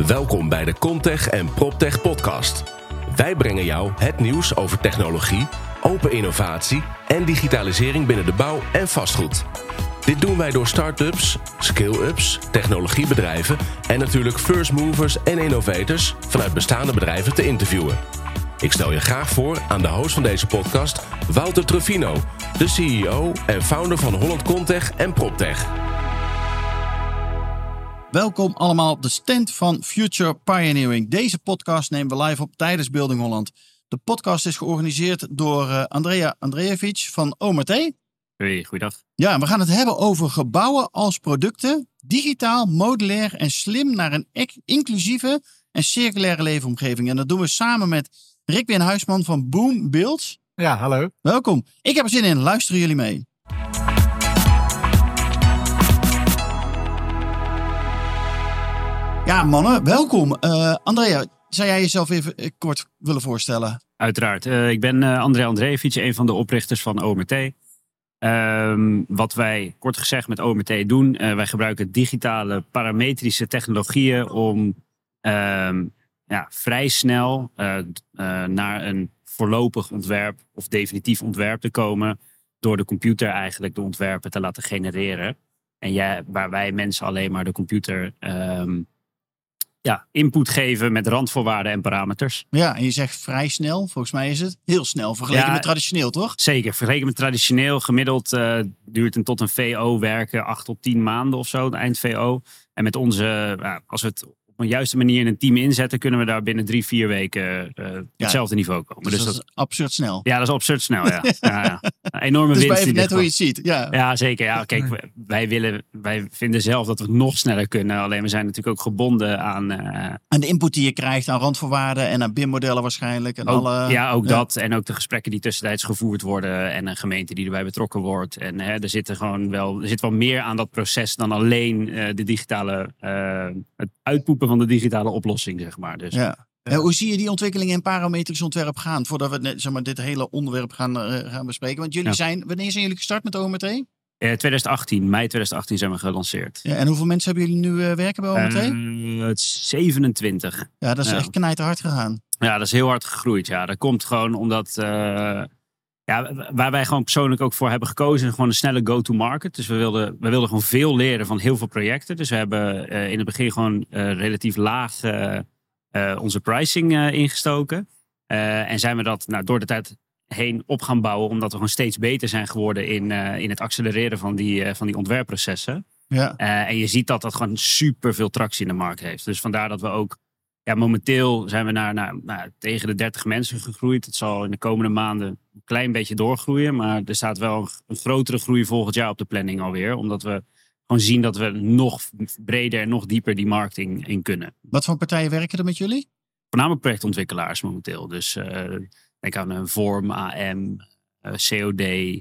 Welkom bij de Comtech en PropTech podcast. Wij brengen jou het nieuws over technologie, open innovatie en digitalisering binnen de bouw en vastgoed. Dit doen wij door start-ups, scale-ups, technologiebedrijven en natuurlijk first movers en innovators vanuit bestaande bedrijven te interviewen. Ik stel je graag voor aan de host van deze podcast, Wouter Truffino, de CEO en founder van Holland Comtech en PropTech. Welkom allemaal op de stand van Future Pioneering. Deze podcast nemen we live op tijdens Building Holland. De podcast is georganiseerd door Andrea Andrejevic van OMT. Hey, goeiedag. Ja, we gaan het hebben over gebouwen als producten, digitaal, modulair en slim naar een inclusieve en circulaire leefomgeving. En dat doen we samen met Rikwin Huisman van Boom Builds. Ja, hallo. Welkom. Ik heb er zin in. Luisteren jullie mee? Ja, mannen, welkom. Andrea, zou jij jezelf even kort willen voorstellen? Uiteraard. Ik ben Andrea Andrejevic, een van de oprichters van OMT. Wat wij kort gezegd met OMT doen, wij gebruiken digitale parametrische technologieën om vrij snel naar een voorlopig ontwerp of definitief ontwerp te komen. Door de computer eigenlijk de ontwerpen te laten genereren. En waar wij mensen alleen maar de computer input geven met randvoorwaarden en parameters. Ja, en je zegt vrij snel. Volgens mij is het heel snel vergeleken met traditioneel, toch? Zeker. Vergeleken met traditioneel. Gemiddeld duurt het tot een VO werken 8 tot 10 maanden of zo, de eind VO. En met onze, als we het op een juiste manier in een team inzetten, kunnen we daar binnen 3-4 weken hetzelfde niveau komen. Dus dat is absurd snel. Ja, dat is absurd snel, ja. Een enorme dus winst. even net hoe je het ziet. Ja, zeker. Ja, kijk, wij vinden zelf dat we het nog sneller kunnen. Alleen we zijn natuurlijk ook gebonden aan de input die je krijgt, aan randvoorwaarden en aan BIM-modellen waarschijnlijk. En dat. En ook de gesprekken die tussentijds gevoerd worden. En een gemeente die erbij betrokken wordt. En er zit wel meer aan dat proces dan alleen de digitale, het uitpoepen van de digitale oplossing, zeg maar. Dus, hoe zie je die ontwikkeling in parametrisch ontwerp gaan? Voordat we dit hele onderwerp gaan bespreken. Want wanneer zijn jullie gestart met OMT? 2018, mei 2018 zijn we gelanceerd. Ja, en hoeveel mensen hebben jullie nu werken bij OMT? 27. Ja, dat is echt knijterhard gegaan. Ja, dat is heel hard gegroeid. Ja, dat komt gewoon omdat waar wij gewoon persoonlijk ook voor hebben gekozen, gewoon een snelle go-to-market. Dus we wilden gewoon veel leren van heel veel projecten. Dus we hebben in het begin gewoon relatief laag onze pricing ingestoken. En zijn we dat door de tijd heen op gaan bouwen, omdat we gewoon steeds beter zijn geworden in het accelereren van die ontwerpprocessen. Ja. En je ziet dat gewoon super veel tractie in de markt heeft. Dus vandaar dat we ook momenteel zijn we naar tegen de 30 mensen gegroeid. Het zal in de komende maanden een klein beetje doorgroeien. Maar er staat wel een grotere groei volgend jaar op de planning alweer. Omdat we gewoon zien dat we nog breder en nog dieper die markt in kunnen. Wat voor partijen werken er met jullie? Voornamelijk projectontwikkelaars momenteel. Dus denk aan een Vorm, AM, COD.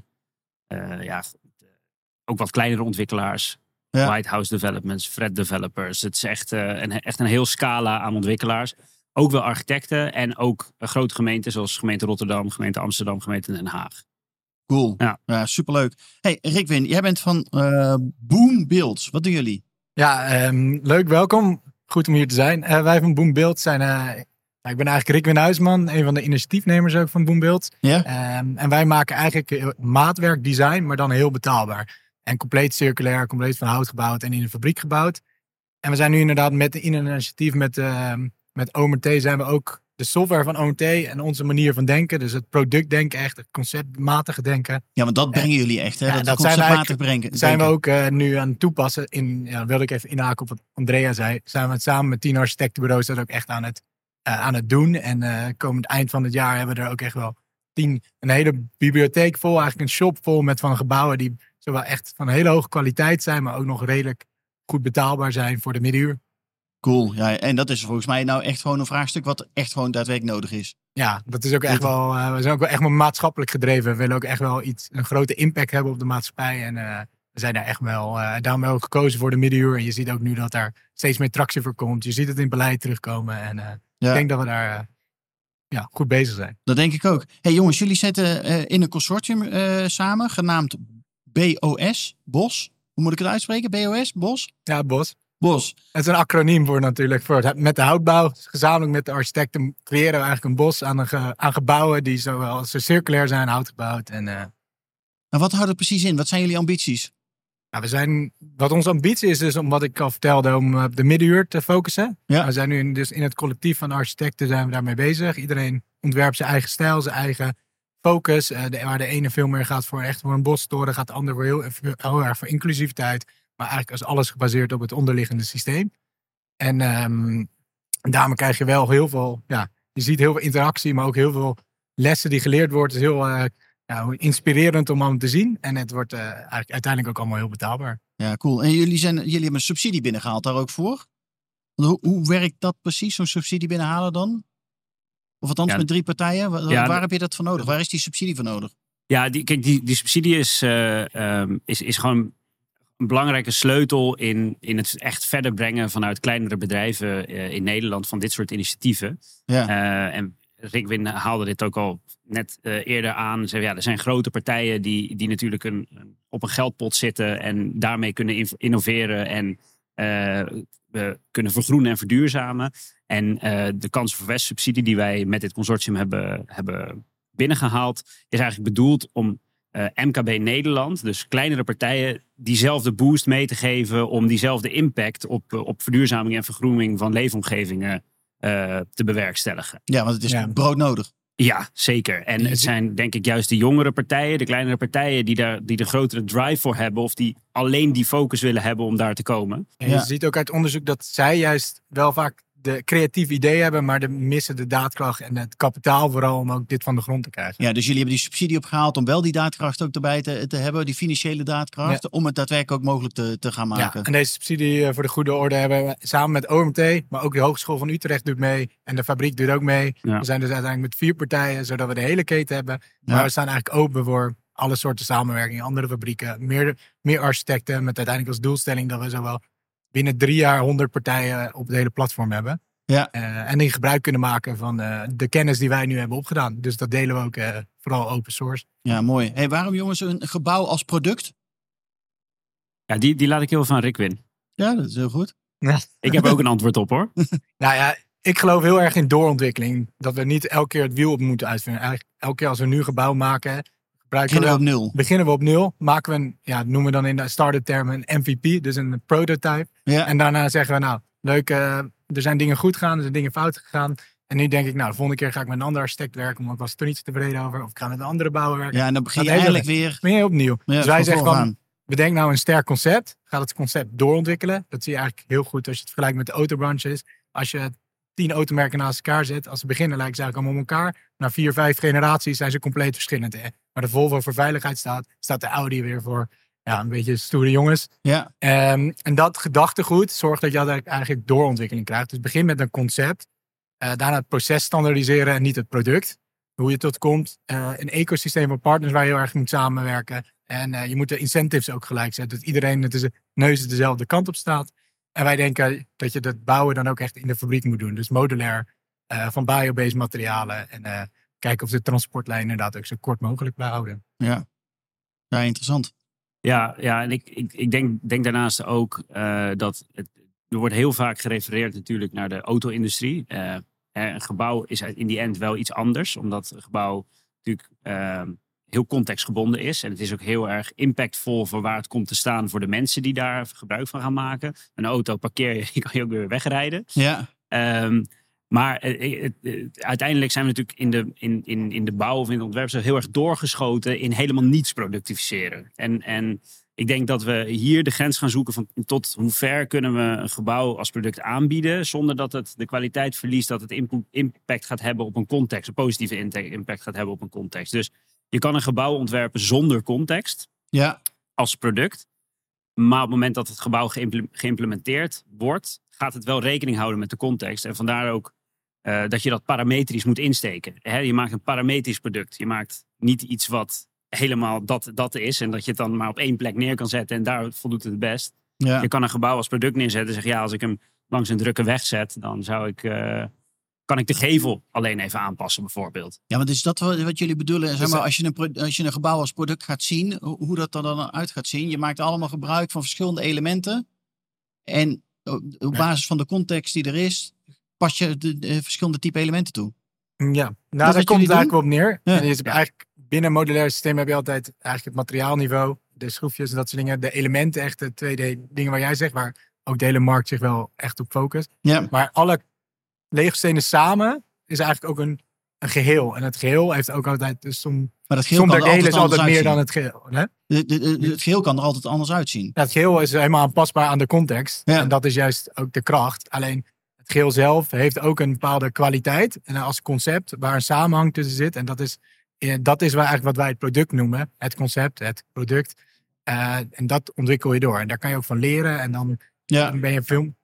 Ook wat kleinere ontwikkelaars. Ja. White House Developments, Fred Developers. Het is echt een heel scala aan ontwikkelaars. Ook wel architecten en ook grote gemeenten zoals gemeente Rotterdam, gemeente Amsterdam, gemeente Den Haag. Cool. Ja, superleuk. Hey Rikwin, jij bent van Boom Builds. Wat doen jullie? Ja, leuk, welkom. Goed om hier te zijn. Wij van Boom Builds zijn... ik ben eigenlijk Rikwin Huisman, een van de initiatiefnemers ook van Boom Builds. Ja. En wij maken eigenlijk maatwerkdesign, maar dan heel betaalbaar. En compleet circulair, compleet van hout gebouwd en in een fabriek gebouwd. En we zijn nu inderdaad in een initiatief met OMT zijn we ook de software van OMT en onze manier van denken. Dus het productdenken echt, het conceptmatige denken. Ja, want dat brengen jullie echt, hè? Dat conceptmatig brengen. Zijn we ook nu aan het toepassen. Wilde ik even inhaken op wat Andrea zei. Zijn we samen met 10 architectenbureaus dat ook echt aan het doen. En komend eind van het jaar hebben we er ook echt wel 10, een hele bibliotheek vol, eigenlijk een shop vol met van gebouwen die zowel echt van een hele hoge kwaliteit zijn, maar ook nog redelijk goed betaalbaar zijn voor de middenuur. Cool. Ja, en dat is volgens mij nou echt gewoon een vraagstuk wat echt gewoon daadwerkelijk nodig is. Ja, dat is ook echt wel. We zijn ook wel echt wel maatschappelijk gedreven. We willen ook echt wel een grote impact hebben op de maatschappij. En we zijn daar echt wel. Daarom hebben we ook gekozen voor de middenuur. En je ziet ook nu dat daar steeds meer tractie voor komt. Je ziet het in het beleid terugkomen. En ik denk dat we daar goed bezig zijn. Dat denk ik ook. Hey jongens, jullie zitten in een consortium samen, genaamd BOS, BOS. Hoe moet ik het uitspreken? BOS, BOS? Ja, BOS. BOS. Het is een acroniem voor natuurlijk. Met de houtbouw, gezamenlijk met de architecten, creëren we eigenlijk een bos aan gebouwen die zowel circulair zijn, houtgebouwd. En wat houdt het precies in? Wat zijn jullie ambities? Wat onze ambitie is dus, om wat ik al vertelde, om op de middenuur te focussen. Ja. We zijn nu dus in het collectief van architecten zijn we daarmee bezig. Iedereen ontwerpt zijn eigen stijl, zijn eigen focus. Waar de ene veel meer gaat voor een bostoren, gaat de ander voor heel erg voor inclusiviteit. Maar eigenlijk is alles gebaseerd op het onderliggende systeem. En daarmee krijg je wel heel veel, je ziet heel veel interactie, maar ook heel veel lessen die geleerd worden. Het is heel inspirerend om aan te zien. En het wordt eigenlijk uiteindelijk ook allemaal heel betaalbaar. Ja, cool. En jullie hebben een subsidie binnengehaald daar ook voor? Hoe werkt dat precies, zo'n subsidie binnenhalen dan? Of althans met 3 partijen? Waar heb je dat voor nodig? Waar is die subsidie voor nodig? Ja, die subsidie is gewoon een belangrijke sleutel in het echt verder brengen vanuit kleinere bedrijven in Nederland van dit soort initiatieven. Ja. En Rikwin haalde dit ook al net eerder aan. Zei, er zijn grote partijen die natuurlijk op een geldpot zitten en daarmee kunnen innoveren en kunnen vergroenen en verduurzamen. En de Kansen voor West subsidie die wij met dit consortium hebben binnengehaald, is eigenlijk bedoeld om MKB Nederland, dus kleinere partijen, diezelfde boost mee te geven om diezelfde impact op verduurzaming en vergroening van leefomgevingen te bewerkstelligen. Ja, want het is broodnodig. Ja, zeker. En het zijn denk ik juist de jongere partijen, de kleinere partijen die de grotere drive voor hebben of die alleen die focus willen hebben om daar te komen. En je ziet ook uit onderzoek dat zij juist wel vaak de creatieve ideeën hebben, maar missen de daadkracht en het kapitaal vooral om ook dit van de grond te krijgen. Ja, dus jullie hebben die subsidie opgehaald om wel die daadkracht ook erbij te hebben, die financiële daadkracht, om het daadwerkelijk ook mogelijk te gaan maken. Ja, en deze subsidie voor de goede orde hebben we samen met OMT, maar ook de Hogeschool van Utrecht doet mee en de fabriek doet ook mee. Ja. We zijn dus uiteindelijk met 4 partijen, zodat we de hele keten hebben. Maar we staan eigenlijk open voor alle soorten samenwerking, andere fabrieken, meer architecten, met uiteindelijk als doelstelling dat we zowel binnen 3 jaar 100 partijen op het hele platform hebben. Ja. En die gebruik kunnen maken van de kennis die wij nu hebben opgedaan. Dus dat delen we ook vooral open source. Ja, mooi. Hey, waarom jongens een gebouw als product? Ja, die laat ik heel van Rikwin. Ja, dat is heel goed. Ja. Ik heb ook een antwoord op hoor. Nou ja, ik geloof heel erg in doorontwikkeling. Dat we niet elke keer het wiel op moeten uitvinden. Eigenlijk elke keer als we een nieuw gebouw maken, beginnen we op nul. Maken we noemen we dan in de start-up termen een MVP, dus een prototype. Ja. En daarna zeggen we nou, leuk, er zijn dingen goed gegaan, er zijn dingen fout gegaan. En nu denk ik, de volgende keer ga ik met een ander architect werken, want ik was er niet zo tevreden over. Of ik ga met een andere bouwer werken. Ja, en dan begin je eigenlijk weer opnieuw. Ja, dus wij zeggen van, bedenk nou een sterk concept. Ga het concept doorontwikkelen. Dat zie je eigenlijk heel goed als je het vergelijkt met de autobranche. Als je 10 automerken naast elkaar zet, als ze beginnen lijken ze eigenlijk allemaal op elkaar. Na 4, 5 generaties zijn ze compleet verschillend. Hè? Maar de Volvo voor veiligheid staat de Audi weer voor een beetje stoere jongens. Ja. En dat gedachtegoed zorgt dat je eigenlijk doorontwikkeling krijgt. Dus begin met een concept. Daarna het proces standaardiseren en niet het product. Hoe je tot komt. Een ecosysteem van partners waar je heel erg moet samenwerken. En je moet de incentives ook gelijk zetten. Dat iedereen met de neus dezelfde kant op staat. En wij denken dat je dat bouwen dan ook echt in de fabriek moet doen. Dus modulair, van biobased materialen. En kijken of de transportlijn inderdaad ook zo kort mogelijk behouden. Ja, interessant. Ja, en ik denk daarnaast ook dat er wordt heel vaak gerefereerd natuurlijk naar de auto-industrie. Een gebouw is in die end wel iets anders. Omdat een gebouw natuurlijk heel contextgebonden is. En het is ook heel erg impactvol voor waar het komt te staan voor de mensen die daar gebruik van gaan maken. Een auto parkeer je kan je ook weer wegrijden. Ja. Maar uiteindelijk zijn we natuurlijk in de bouw of in het ontwerp zo heel erg doorgeschoten in helemaal niets productificeren. En ik denk dat we hier de grens gaan zoeken van tot hoe ver kunnen we een gebouw als product aanbieden zonder dat het de kwaliteit verliest, dat het impact gaat hebben op een context, een positieve impact gaat hebben op een context. Dus je kan een gebouw ontwerpen zonder context als product. Maar op het moment dat het gebouw geïmplementeerd wordt, gaat het wel rekening houden met de context. En vandaar ook dat je dat parametrisch moet insteken. Je maakt een parametrisch product. Je maakt niet iets wat helemaal dat is. En dat je het dan maar op 1 plek neer kan zetten. En daar voldoet het best. Ja. Je kan een gebouw als product neerzetten. En zeggen, als ik hem langs een drukke weg zet, dan kan ik de gevel alleen even aanpassen bijvoorbeeld. Ja, want is dat wat jullie bedoelen? Zeg maar, als je een gebouw als product gaat zien, hoe dat er dan uit gaat zien. Je maakt allemaal gebruik van verschillende elementen. En op basis van de context die er is, pas je de verschillende type elementen toe. Ja, daar komt het eigenlijk wel op neer. Ja. En eigenlijk binnen een modulair systeem heb je altijd eigenlijk het materiaalniveau, de schroefjes en dat soort dingen. De elementen, echt de twee dingen waar jij zegt, waar ook de hele markt zich wel echt op focust. Ja. Maar alle Lego-stenen samen is eigenlijk ook een geheel. En het geheel heeft ook altijd maar dat geheel kan er altijd altijd meer dan het geheel. Hè? Het geheel kan er altijd anders uitzien. Ja, het geheel is helemaal aanpasbaar aan de context. Ja. En dat is juist ook de kracht. Alleen het geheel zelf heeft ook een bepaalde kwaliteit. En als concept waar een samenhang tussen zit. En dat is eigenlijk wat wij het product noemen. Het concept, het product. En dat ontwikkel je door. En daar kan je ook van leren. En dan ben je film.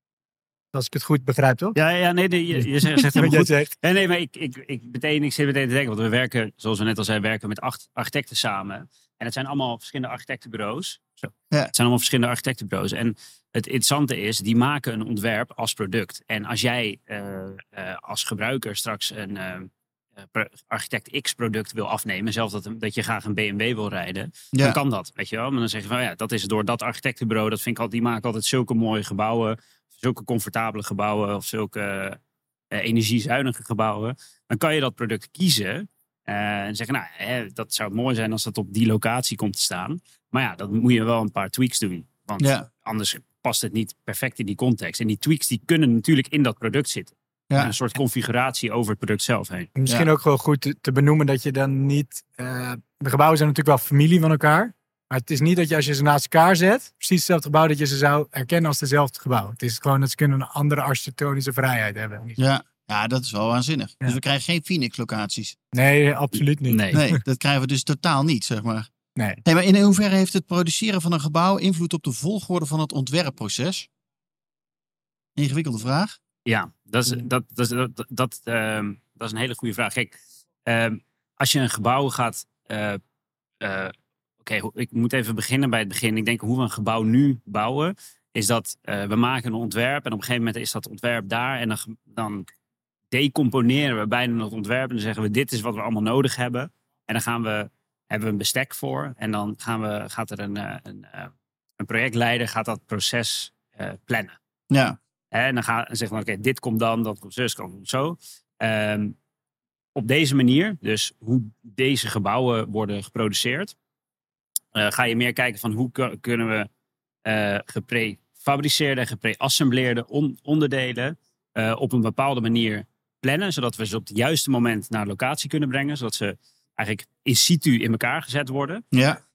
Als ik het goed begrijp, toch? Ja, nee, je zegt helemaal goed. Zegt. Nee, maar ik zit meteen te denken. Want we werken, zoals we net al zeiden, werken met 8 architecten samen. En het zijn allemaal verschillende architectenbureaus. Het zijn allemaal verschillende architectenbureaus. En het interessante is, die maken een ontwerp als product. En als jij als gebruiker straks een architect X product wil afnemen, zelfs dat je graag een BMW wil rijden, dan kan dat, weet je wel. Maar dan zeg je van, dat is door dat architectenbureau, dat vind ik altijd, die maken altijd zulke mooie gebouwen, zulke comfortabele gebouwen of zulke energiezuinige gebouwen. Dan kan je dat product kiezen en zeggen, dat zou mooi zijn als dat op die locatie komt te staan. Maar ja, dan moet je wel een paar tweaks doen. Want anders past het niet perfect in die context. En die tweaks die kunnen natuurlijk in dat product zitten. Ja. Een soort configuratie over het product zelf heen. Misschien ook wel goed te benoemen dat je dan niet... de gebouwen zijn natuurlijk wel familie van elkaar. Maar het is niet dat je als je ze naast elkaar zet, precies hetzelfde gebouw, dat je ze zou herkennen als hetzelfde gebouw. Het is gewoon dat ze kunnen een andere architectonische vrijheid hebben. Ja, dat is wel waanzinnig. Ja. Dus we krijgen geen Phoenix-locaties. Nee, absoluut niet. Nee, dat krijgen we dus totaal niet, zeg maar. Nee. Hey, maar in hoeverre heeft het produceren van een gebouw invloed op de volgorde van het ontwerpproces? Ingewikkelde vraag. Ja, dat is een hele goede vraag. Kijk, als je een gebouw gaat... ik moet even beginnen bij het begin. Ik denk hoe we een gebouw nu bouwen, is dat we maken een ontwerp en op een gegeven moment is dat ontwerp daar en dan decomponeren we bijna het ontwerp en dan zeggen we dit is wat we allemaal nodig hebben. En dan hebben we een bestek voor en dan gaat er een projectleider gaat dat proces plannen. Ja. En dan zeggen we, oké, dit komt dan, dat komt zus, komt zo. Op deze manier, dus hoe deze gebouwen worden geproduceerd, ga je meer kijken van hoe kunnen we geprefabriceerde en gepreassembleerde onderdelen op een bepaalde manier plannen, zodat we ze op het juiste moment naar de locatie kunnen brengen, zodat ze eigenlijk in situ in elkaar gezet worden. Ja.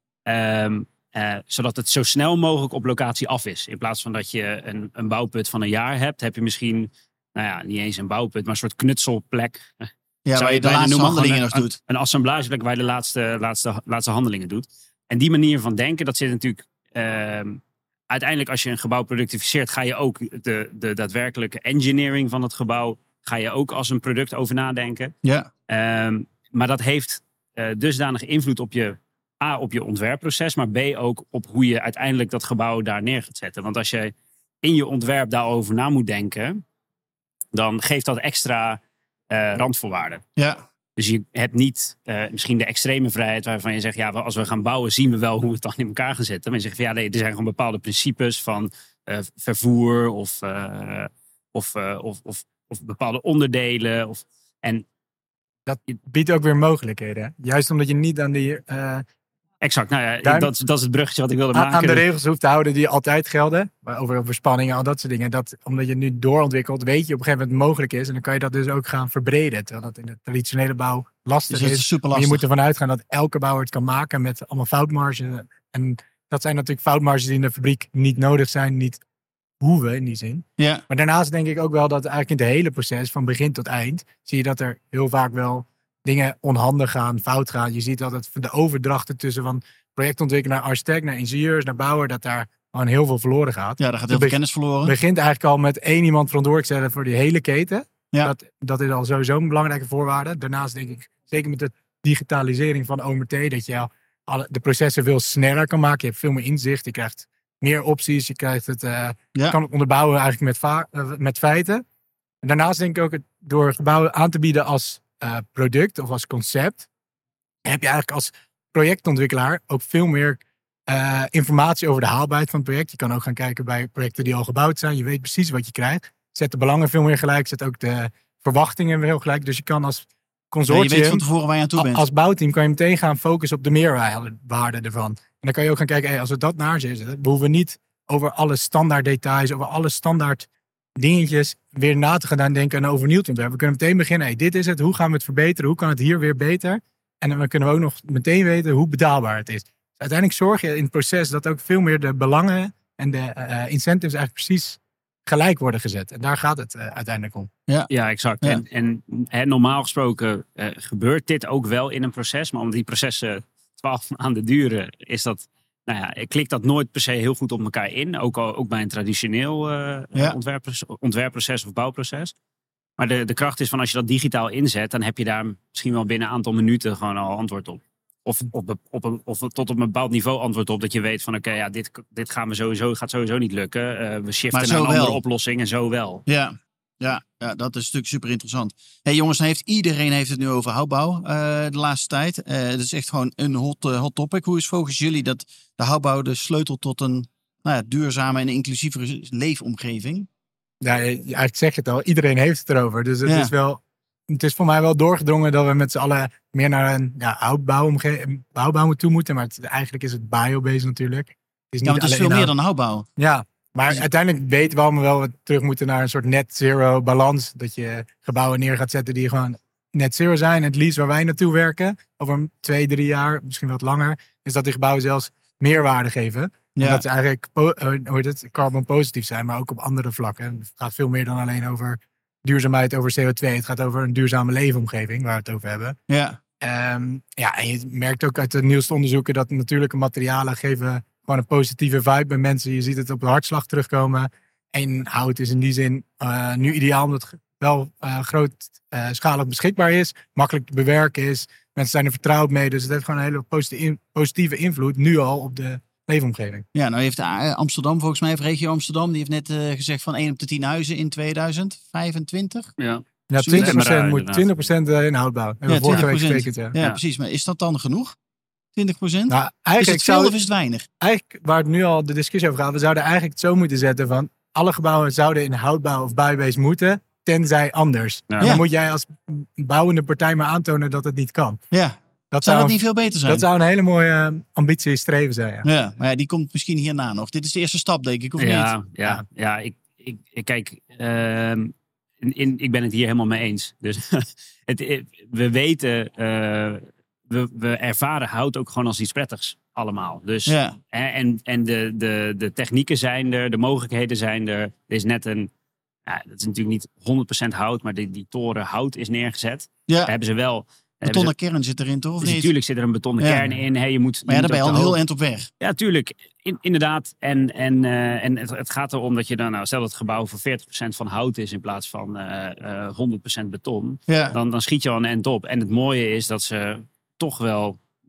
Zodat het zo snel mogelijk op locatie af is. In plaats van dat je een bouwput van een jaar hebt, heb je misschien, niet eens een bouwput, maar een soort knutselplek. Ja, waar je de laatste handelingen nog doet. Een assemblageplek waar je de laatste handelingen doet. En die manier van denken, dat zit natuurlijk... uiteindelijk als je een gebouw productificeert, ga je ook de daadwerkelijke engineering van het gebouw, ga je ook als een product over nadenken. Ja. Maar dat heeft dusdanig invloed op je ontwerpproces, maar B ook op hoe je uiteindelijk dat gebouw daar neer gaat zetten. Want als je in je ontwerp daarover na moet denken, dan geeft dat extra randvoorwaarden. Ja. Dus je hebt niet misschien de extreme vrijheid waarvan je zegt, als we gaan bouwen zien we wel hoe we het dan in elkaar gaan zetten. Maar je zegt van er zijn gewoon bepaalde principes van vervoer of bepaalde onderdelen. En dat biedt ook weer mogelijkheden. Juist omdat je niet aan die... Exact, dat is het bruggetje wat ik wilde maken. Aan de regels hoeft te houden die altijd gelden. Over spanningen, al dat soort dingen. Omdat je nu doorontwikkelt, weet je op een gegeven moment mogelijk is. En dan kan je dat dus ook gaan verbreden. Terwijl dat in de traditionele bouw lastig is. Super lastig. Maar je moet ervan uitgaan dat elke bouwer het kan maken met allemaal foutmarges. En dat zijn natuurlijk foutmarges die in de fabriek niet nodig zijn, niet hoeven in die zin. Ja. Maar daarnaast denk ik ook wel dat eigenlijk in het hele proces, van begin tot eind, zie je dat er heel vaak wel dingen onhandig gaan, fout gaan. Je ziet dat de overdrachten tussen van projectontwikkelaar, architect, naar ingenieurs, naar bouwer, dat daar gewoon heel veel verloren gaat. Ja, daar gaat heel veel kennis verloren. Het begint eigenlijk al met 1 iemand verantwoordelijk stellen voor die hele keten. Ja. Dat is al sowieso een belangrijke voorwaarde. Daarnaast denk ik, zeker met de digitalisering van OMT, dat je de processen veel sneller kan maken. Je hebt veel meer inzicht, je krijgt meer opties, je krijgt het, kan het onderbouwen eigenlijk met feiten. En daarnaast denk ik ook, door gebouwen aan te bieden als product of als concept, heb je eigenlijk als projectontwikkelaar ook veel meer informatie over de haalbaarheid van het project. Je kan ook gaan kijken bij projecten die al gebouwd zijn. Je weet precies wat je krijgt. Zet de belangen veel meer gelijk. Zet ook de verwachtingen weer heel gelijk. Dus je kan als consortium, je weet van tevoren waar je aan toe bent. Als bouwteam kan je meteen gaan focussen op de meerwaarde ervan. En dan kan je ook gaan kijken, als we dat naar zitten, we hoeven niet over alle standaard details, over alle standaard dingetjes weer na te gaan denken en overnieuw te ontwerpen. We kunnen meteen beginnen, dit is het, hoe gaan we het verbeteren, hoe kan het hier weer beter? En dan kunnen we ook nog meteen weten hoe betaalbaar het is. Dus uiteindelijk zorg je in het proces dat ook veel meer de belangen en de incentives eigenlijk precies gelijk worden gezet. En daar gaat het uiteindelijk om. Ja, exact. Ja. En normaal gesproken gebeurt dit ook wel in een proces. Maar omdat die processen 12 maanden duren, is dat, klikt dat nooit per se heel goed op elkaar in. Ook bij een traditioneel ontwerpproces of bouwproces. Maar de kracht is van als je dat digitaal inzet, dan heb je daar misschien wel binnen een aantal minuten gewoon al antwoord op. Of tot op een bepaald niveau antwoord op. Dat je weet van dit gaat sowieso niet lukken. We shiften naar een andere oplossing en zo wel. Ja, dat is natuurlijk super interessant. Hey jongens, iedereen heeft het nu over houtbouw de laatste tijd. Het is echt gewoon een hot topic. Hoe is volgens jullie dat de houtbouw de sleutel tot een duurzame en inclusievere leefomgeving? Ja, eigenlijk zeg je het al. Iedereen heeft het erover. Dus het is voor mij wel doorgedrongen dat we met z'n allen meer naar een houtbouw toe moeten. Maar eigenlijk is het biobased natuurlijk. Het is veel meer dan houtbouw. Ja, maar uiteindelijk weten we allemaal wel dat we terug moeten naar een soort net zero balans. Dat je gebouwen neer gaat zetten die gewoon net zero zijn. Het liefst waar wij naartoe werken, over 2-3 jaar, misschien wat langer, is dat die gebouwen zelfs meerwaarde geven. Ja. En dat ze eigenlijk carbon positief zijn, maar ook op andere vlakken. Het gaat veel meer dan alleen over duurzaamheid, over CO2. Het gaat over een duurzame leefomgeving, waar we het over hebben. Ja. En je merkt ook uit de nieuwste onderzoeken dat natuurlijke materialen geven gewoon een positieve vibe bij mensen. Je ziet het op de hartslag terugkomen. En hout is in die zin nu ideaal, omdat het wel grootschalig beschikbaar is, makkelijk te bewerken is. Mensen zijn er vertrouwd mee, dus het heeft gewoon een hele positieve invloed nu al op de leefomgeving. Ja, nou heeft Amsterdam volgens mij, of regio Amsterdam, die heeft net gezegd van 1 op de 10 huizen in 2025. Ja. Ja, 20% moet 20% in houtbouw. Hebben we vorige week gekeken. Ja, precies. Maar is dat dan genoeg? 20%? Nou, is het veel of is het weinig? Eigenlijk, waar het nu al de discussie over gaat, we zouden eigenlijk het zo moeten zetten van alle gebouwen zouden in houtbouw of biobased moeten, tenzij anders. Ja. Dan moet jij als bouwende partij maar aantonen dat het niet kan. Ja. Zou dat niet veel beter zijn? Dat zou een hele mooie ambitie streven zijn. Ja, maar die komt misschien hierna nog. Dit is de eerste stap, denk ik, of niet? Ja. Ik kijk, ik ben het hier helemaal mee eens. Dus we weten, we ervaren hout ook gewoon als iets prettigs allemaal. Dus, en de technieken zijn er, de mogelijkheden zijn er. Er is net dat is natuurlijk niet 100% hout, maar die toren hout is neergezet. Ja. Daar hebben ze wel. Betonnen kern zit erin, toch? Of dus niet? Natuurlijk zit er een betonnen kern in. Hey, je moet, maar daar ben je al een heel eind op weg. Ja, tuurlijk. Inderdaad. En het gaat erom dat je dan, stel dat het gebouw voor 40% van hout is in plaats van 100% beton. Ja. Dan schiet je al een eind op. En het mooie is dat ze toch wel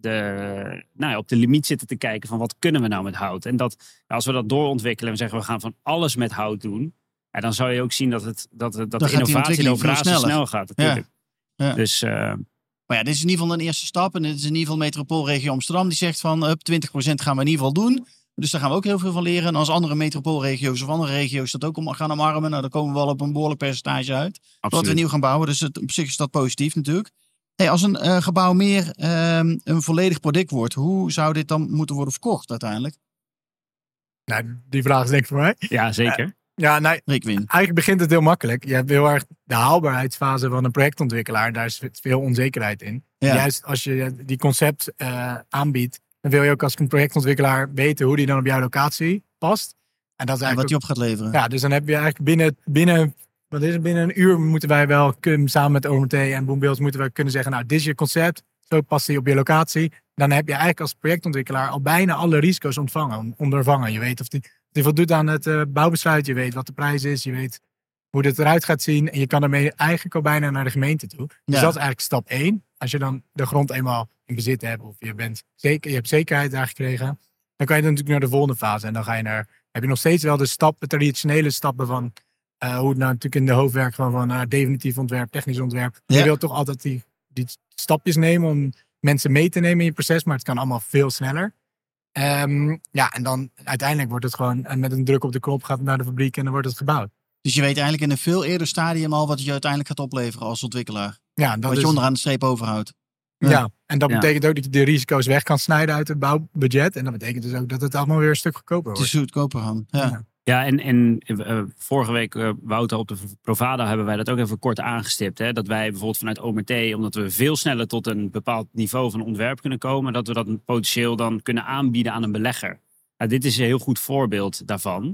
op de limiet zitten te kijken van wat kunnen we nou met hout. En dat als we dat doorontwikkelen en zeggen we gaan van alles met hout doen. Ja, dan zou je ook zien dat de innovatie en de operatie snel gaat. Natuurlijk. Ja. Dus... Maar dit is in ieder geval een eerste stap. En dit is in ieder geval metropoolregio Amsterdam. Die zegt van 20% gaan we in ieder geval doen. Dus daar gaan we ook heel veel van leren. En als andere metropoolregio's of andere regio's dat ook gaan omarmen. Nou, dan komen we wel op een behoorlijk percentage uit. Wat we nieuw gaan bouwen. Dus op zich is dat positief natuurlijk. Hey, als een gebouw meer een volledig product wordt. Hoe zou dit dan moeten worden verkocht uiteindelijk? Nou, die vraag is denk ik voor mij. Ja, zeker. Eigenlijk begint het heel makkelijk. Je hebt heel erg de haalbaarheidsfase van een projectontwikkelaar. Daar is veel onzekerheid in. Ja. Juist als je die concept aanbiedt, dan wil je ook als een projectontwikkelaar weten hoe die dan op jouw locatie past. En dat is eigenlijk wat die op gaat leveren. Ja, dus dan heb je eigenlijk binnen een uur moeten wij wel samen met OMT en Boombuild moeten we kunnen zeggen, nou, dit is je concept, zo past die op je locatie. Dan heb je eigenlijk als projectontwikkelaar al bijna alle risico's ondervangen. Je weet of die voldoet aan het bouwbesluit, je weet wat de prijs is, je weet hoe het eruit gaat zien. En je kan ermee eigenlijk al bijna naar de gemeente toe. Dus dat is eigenlijk stap 1. Als je dan de grond eenmaal in bezit hebt of je hebt zekerheid daar gekregen, dan kan je dan natuurlijk naar de volgende fase. En dan heb je nog steeds wel de traditionele stappen van hoe het nou natuurlijk in de hoofdwerk van definitief ontwerp, technisch ontwerp. Ja. Je wilt toch altijd die stapjes nemen om mensen mee te nemen in je proces, maar het kan allemaal veel sneller. En dan uiteindelijk wordt het gewoon met een druk op de knop gaat het naar de fabriek en dan wordt het gebouwd. Dus je weet eigenlijk in een veel eerder stadium al wat je uiteindelijk gaat opleveren als ontwikkelaar. Ja, wat je onderaan de streep overhoudt. Ja, en dat betekent ook dat je de risico's weg kan snijden uit het bouwbudget. En dat betekent dus ook dat het allemaal weer een stuk goedkoper wordt. Het is goedkoper gaan. Ja, en vorige week, Wouter, op de Provada hebben wij dat ook even kort aangestipt. Hè? Dat wij bijvoorbeeld vanuit OMT, omdat we veel sneller tot een bepaald niveau van ontwerp kunnen komen, dat we dat potentieel dan kunnen aanbieden aan een belegger. Nou, dit is een heel goed voorbeeld daarvan.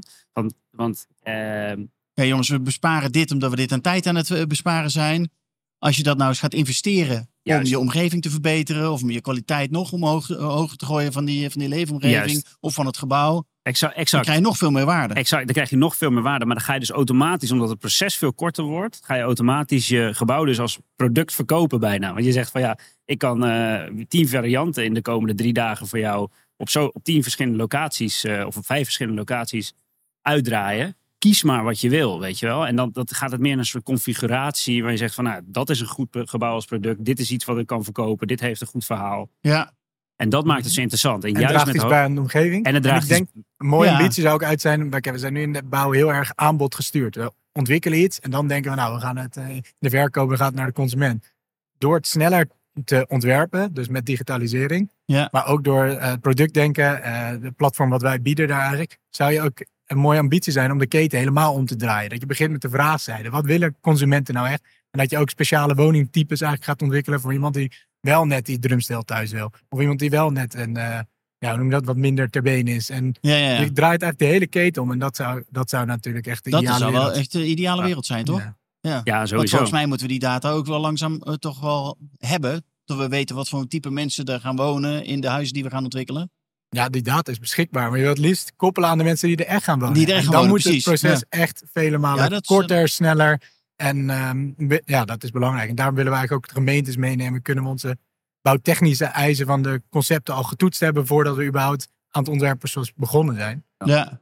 Ja, jongens, we besparen dit omdat we dit aan tijd aan het besparen zijn. Als je dat nou eens gaat investeren om je omgeving te verbeteren of om je kwaliteit nog omhoog te gooien van die leefomgeving of van het gebouw. Exact. Dan krijg je nog veel meer waarde. Exact, dan krijg je nog veel meer waarde. Maar dan ga je dus automatisch, omdat het proces veel korter wordt, ga je automatisch je gebouw dus als product verkopen bijna. Want je zegt van ja, ik kan 10 varianten in de komende 3 dagen voor jou op 10 verschillende locaties of op 5 verschillende locaties uitdraaien. Kies maar wat je wil, weet je wel. En dan gaat het meer naar een soort configuratie waar je zegt van nou, dat is een goed gebouw als product. Dit is iets wat ik kan verkopen. Dit heeft een goed verhaal. Ja. En dat maakt het zo interessant. En juist draagt iets bij een omgeving. En ik denk, een mooie ambitie zou ook uit zijn. We zijn nu in de bouw heel erg aanbod gestuurd. We ontwikkelen iets en dan denken we nou, we gaan het de verkoop, we gaan het naar de consument. Door het sneller te ontwerpen, dus met digitalisering. Ja. Maar ook door het productdenken, de platform wat wij bieden daar eigenlijk, zou je ook een mooie ambitie zijn om de keten helemaal om te draaien. Dat je begint met de vraagszijde. Wat willen consumenten nou echt? En dat je ook speciale woningtypes eigenlijk gaat ontwikkelen voor iemand die wel net die drumstel thuis wil. Of iemand die wel net een, hoe noem je dat, wat minder ter been is. En je draait eigenlijk de hele keten om. En dat zou natuurlijk echt de ideale wereld zijn. Dat zou wel echt de ideale wereld zijn, toch? Ja, sowieso. Want volgens mij moeten we die data ook wel langzaam toch wel hebben. Dat we weten wat voor type mensen er gaan wonen in de huizen die we gaan ontwikkelen. Ja, die data is beschikbaar. Maar je wilt het liefst koppelen aan de mensen die er echt gaan wonen. En dan moet het proces echt vele malen korter, sneller. En dat is belangrijk. En daarom willen we eigenlijk ook de gemeentes meenemen. Kunnen we onze bouwtechnische eisen van de concepten al getoetst hebben voordat we überhaupt aan het ontwerpproces begonnen zijn. Ja.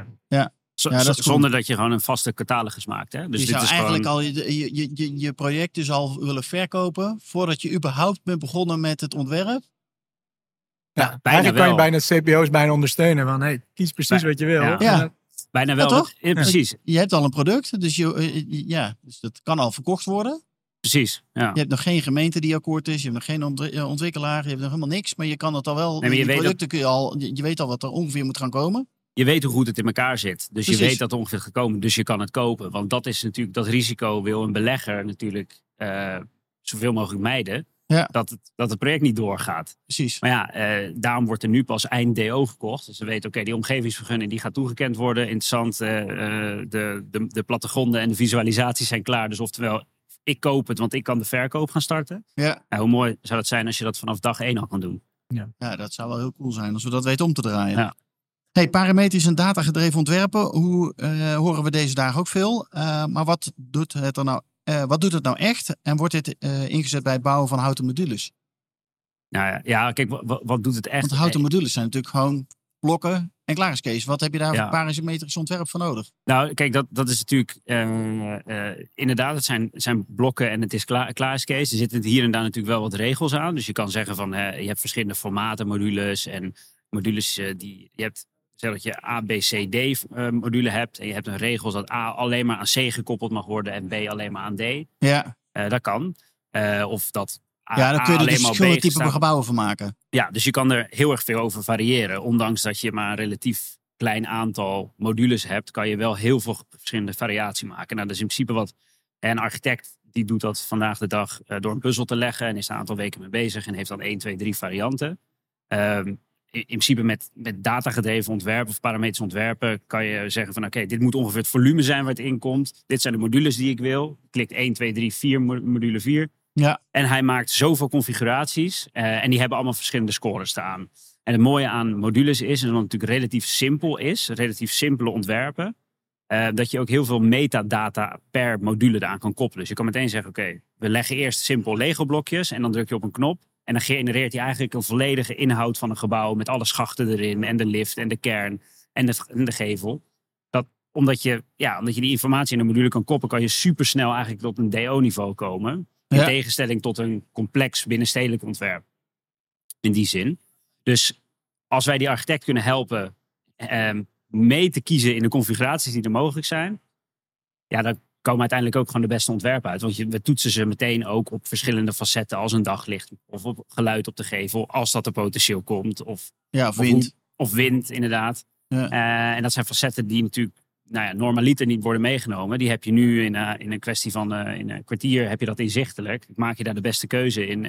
Zonder dat je gewoon een vaste catalogus maakt. Hè? Dus je dit zou is eigenlijk gewoon al je project dus al willen verkopen voordat je überhaupt bent begonnen met het ontwerp. Ja, eigenlijk kan je bijna CPO's ondersteunen. Van hey, kies precies wat je wil. Ja. Bijna wel. Ja, toch? Precies. Je hebt al een product, dus dus dat kan al verkocht worden. Precies, ja. Je hebt nog geen gemeente die akkoord is. Je hebt nog geen ontwikkelaar. Je hebt nog helemaal niks. Maar je kan het al wel. Nee, je weet al wat er ongeveer moet gaan komen. Je weet hoe goed het in elkaar zit. Dus je weet dat er ongeveer gaat komen. Dus je kan het kopen. Want dat is natuurlijk, dat risico wil een belegger natuurlijk zoveel mogelijk mijden. Ja. Dat het project niet doorgaat. Precies. Maar ja, daarom wordt er nu pas eind DO gekocht. Dus we weten, die omgevingsvergunning die gaat toegekend worden. Interessant, de plattegronden en de visualisaties zijn klaar. Dus oftewel, ik koop het, want ik kan de verkoop gaan starten. Ja. Hoe mooi zou het zijn als je dat vanaf dag 1 al kan doen. Ja, dat zou wel heel cool zijn als we dat weten om te draaien. Ja. Hey, parametrisch en datagedreven ontwerpen. Horen we deze dagen ook veel. Maar wat doet het er nou? Wat doet het nou echt? En wordt dit ingezet bij het bouwen van houten modules? Nou ja, kijk, wat doet het echt? Want houten modules zijn natuurlijk gewoon blokken en klaar is Kees. Wat heb je daar voor parametrisch ontwerp voor nodig? Nou, kijk, dat is natuurlijk inderdaad, het zijn blokken en het is klaar is Kees. Er zitten hier en daar natuurlijk wel wat regels aan. Dus je kan zeggen van, je hebt verschillende formaten modules en modules je hebt. Stel dat je A, B, C, D module hebt. En je hebt een regel dat A alleen maar aan C gekoppeld mag worden. En B alleen maar aan D. Ja. Dat kan. Of dat A, dan kun je er dus verschillende typen gebouwen van maken. Ja, dus je kan er heel erg veel over variëren. Ondanks dat je maar een relatief klein aantal modules hebt, kan je wel heel veel verschillende variatie maken. Nou, dat is in principe wat een architect die doet dat vandaag de dag door een puzzel te leggen. En is er een aantal weken mee bezig. En heeft dan 1, 2, 3 varianten. In principe met datagedreven ontwerpen of parametrisch ontwerpen kan je zeggen van oké, dit moet ongeveer het volume zijn waar het in komt. Dit zijn de modules die ik wil. Klikt 1, 2, 3, 4, module 4. Ja. En hij maakt zoveel configuraties en die hebben allemaal verschillende scores staan. En het mooie aan modules is, en dat het natuurlijk relatief simpel is, relatief simpele ontwerpen, dat je ook heel veel metadata per module eraan kan koppelen. Dus je kan meteen zeggen oké, we leggen eerst simpel Lego blokjes en dan druk je op een knop. En dan genereert hij eigenlijk een volledige inhoud van een gebouw met alle schachten erin en de lift en de kern en de gevel. Omdat je die informatie in een module kan koppelen, kan je supersnel eigenlijk tot een DO-niveau komen. In tegenstelling tot een complex binnenstedelijk ontwerp. In die zin. Dus als wij die architect kunnen helpen mee te kiezen in de configuraties die er mogelijk zijn, ja, dan komen uiteindelijk ook gewoon de beste ontwerpen uit. Want we toetsen ze meteen ook op verschillende facetten als een daglicht of op geluid op de gevel, als dat er potentieel komt. Of wind. Of wind, inderdaad. Ja. En dat zijn facetten die natuurlijk normaliter niet worden meegenomen. Die heb je nu in een kwestie van in een kwartier heb je dat inzichtelijk. Maak je daar de beste keuze in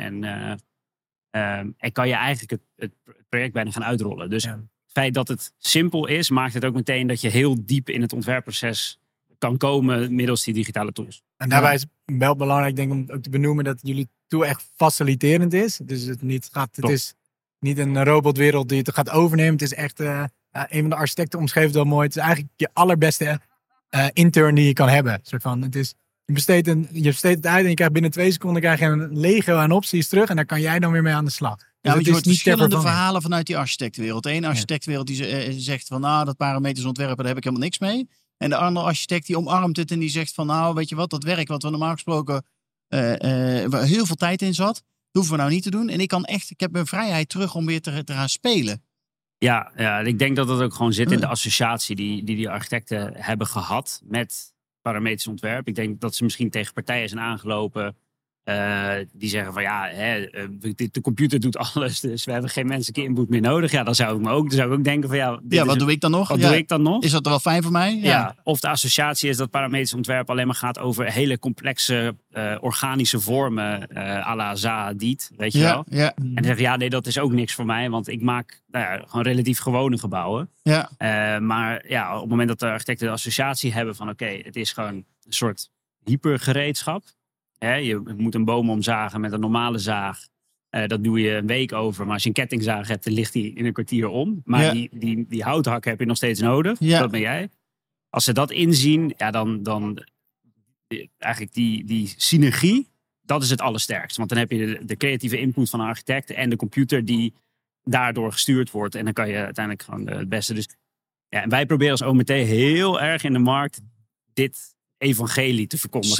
en kan je eigenlijk het project bijna gaan uitrollen. Dus het feit dat het simpel is, maakt het ook meteen dat je heel diep in het ontwerpproces kan komen middels die digitale tools. En daarbij is wel belangrijk, denk ik, om ook te benoemen dat jullie tool echt faciliterend is. Dus het is niet een robotwereld die het gaat overnemen. Het is echt, een van de architecten omschreef het wel mooi. Het is eigenlijk je allerbeste intern die je kan hebben. Soort van, je besteedt het uit en je krijgt binnen 2 seconden een legio aan opties terug. En daar kan jij dan weer mee aan de slag. Dus want je hoort verschillende verhalen vanuit die architectenwereld. De ene architectenwereld die zegt van dat parametrisch ontwerpen, daar heb ik helemaal niks mee. En de andere architect die omarmt het en die zegt van weet je wat, dat werk wat we normaal gesproken waar heel veel tijd in zat, hoeven we nou niet te doen. En ik heb mijn vrijheid terug om weer te gaan spelen. Ja, ik denk dat dat ook gewoon zit in de associatie die architecten hebben gehad met parametrisch ontwerp. Ik denk dat ze misschien tegen partijen zijn aangelopen die zeggen van de computer doet alles, dus we hebben geen menselijke input meer nodig. Ja, dan zou ik ook denken van wat doe ik dan nog? Wat doe ik dan nog? Is dat wel fijn voor mij? Ja. Of de associatie is dat parametrisch ontwerp alleen maar gaat over hele complexe organische vormen à la Zaha-Hadid, weet je wel? Ja. En dan zeggen nee, dat is ook niks voor mij, want ik maak gewoon relatief gewone gebouwen. Ja. Maar op het moment dat de architecten de associatie hebben van het is gewoon een soort hypergereedschap. Je moet een boom omzagen met een normale zaag. Dat doe je een week over. Maar als je een kettingzaag hebt, dan ligt die in een kwartier om. Maar die houthak heb je nog steeds nodig. Ja. Dat ben jij. Als ze dat inzien, dan eigenlijk die synergie, dat is het allersterkst. Want dan heb je de creatieve input van een architect en de computer die daardoor gestuurd wordt. En dan kan je uiteindelijk gewoon het beste. Dus en wij proberen als OMT heel erg in de markt dit evangelie te verkondigen.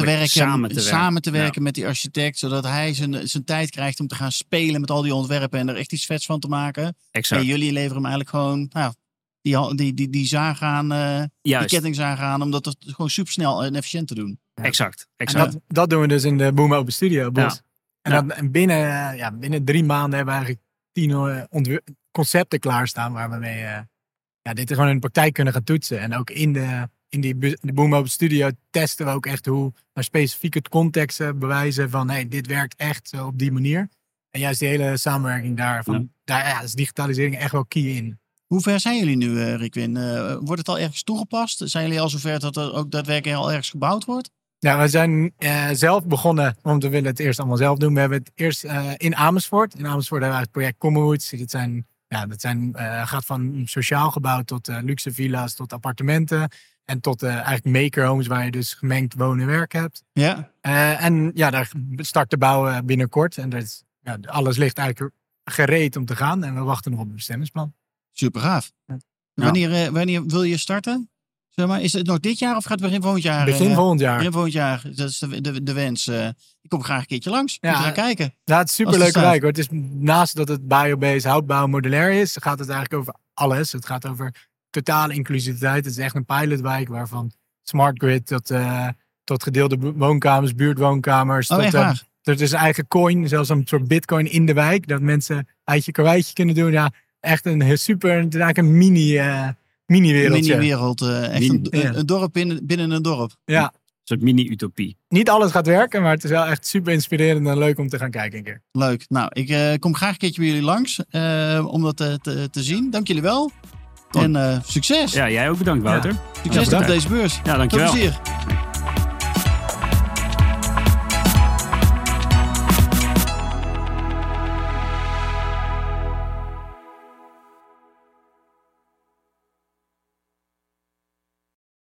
Samen te werken met die architect, zodat hij zijn tijd krijgt om te gaan spelen met al die ontwerpen en er echt iets vets van te maken. Exact. En jullie leveren hem eigenlijk gewoon die zaag aan, die kettingzaag aan, om dat gewoon supersnel en efficiënt te doen. Ja. Exact. En dat doen we dus in de Boom Open Studio, Bos. Ja. En binnen 3 maanden hebben we eigenlijk 10 concepten klaarstaan waar we mee dit gewoon in de praktijk kunnen gaan toetsen. En ook in de Boom Open Studio testen we ook echt hoe naar specifieke contexten bewijzen van dit werkt echt zo op die manier. En juist die hele samenwerking daarvan, daar is digitalisering echt wel key in. Hoe ver zijn jullie nu, Rikwin? Wordt het al ergens toegepast? Zijn jullie al zover dat er ook daadwerkelijk al ergens gebouwd wordt? Ja, we zijn zelf begonnen, want we willen het eerst allemaal zelf doen. We hebben het eerst in Amersfoort. In Amersfoort hebben we het project Commonwoods. Dat gaat van sociaal gebouw tot luxe villa's, tot appartementen. En tot eigenlijk makerhomes waar je dus gemengd wonen en werk hebt. Ja. Daar start de bouw binnenkort. En alles ligt eigenlijk gereed om te gaan. En we wachten nog op het bestemmingsplan. Super gaaf. Ja. Wanneer wil je starten? Zeg maar, is het nog dit jaar of gaat het begin volgend jaar? Begin volgend jaar. Begin volgend jaar. Dat is de wens. Ik kom graag een keertje langs. Om te gaan kijken. Ja, het is superleuke wijk hoor. Het is naast dat het biobased, houtbouw, modulair is, gaat het eigenlijk over alles. Het gaat over totale inclusiviteit. Het is echt een pilotwijk waarvan smart grid tot gedeelde woonkamers, buurtwoonkamers. Er is een eigen coin, zelfs een soort bitcoin in de wijk. Dat mensen eitje karweitje kunnen doen. Ja, echt een super, het is eigenlijk een mini-wereldje. Een mini-wereld. Echt een dorp binnen een dorp. Ja. Een soort mini-utopie. Niet alles gaat werken, maar het is wel echt super inspirerend en leuk om te gaan kijken een keer. Leuk. Nou, ik kom graag een keertje bij jullie langs om dat te zien. Dank jullie wel. En succes. Ja, jij ook bedankt, Wouter. Succes op deze beurs. Ja, dankjewel. Veel plezier.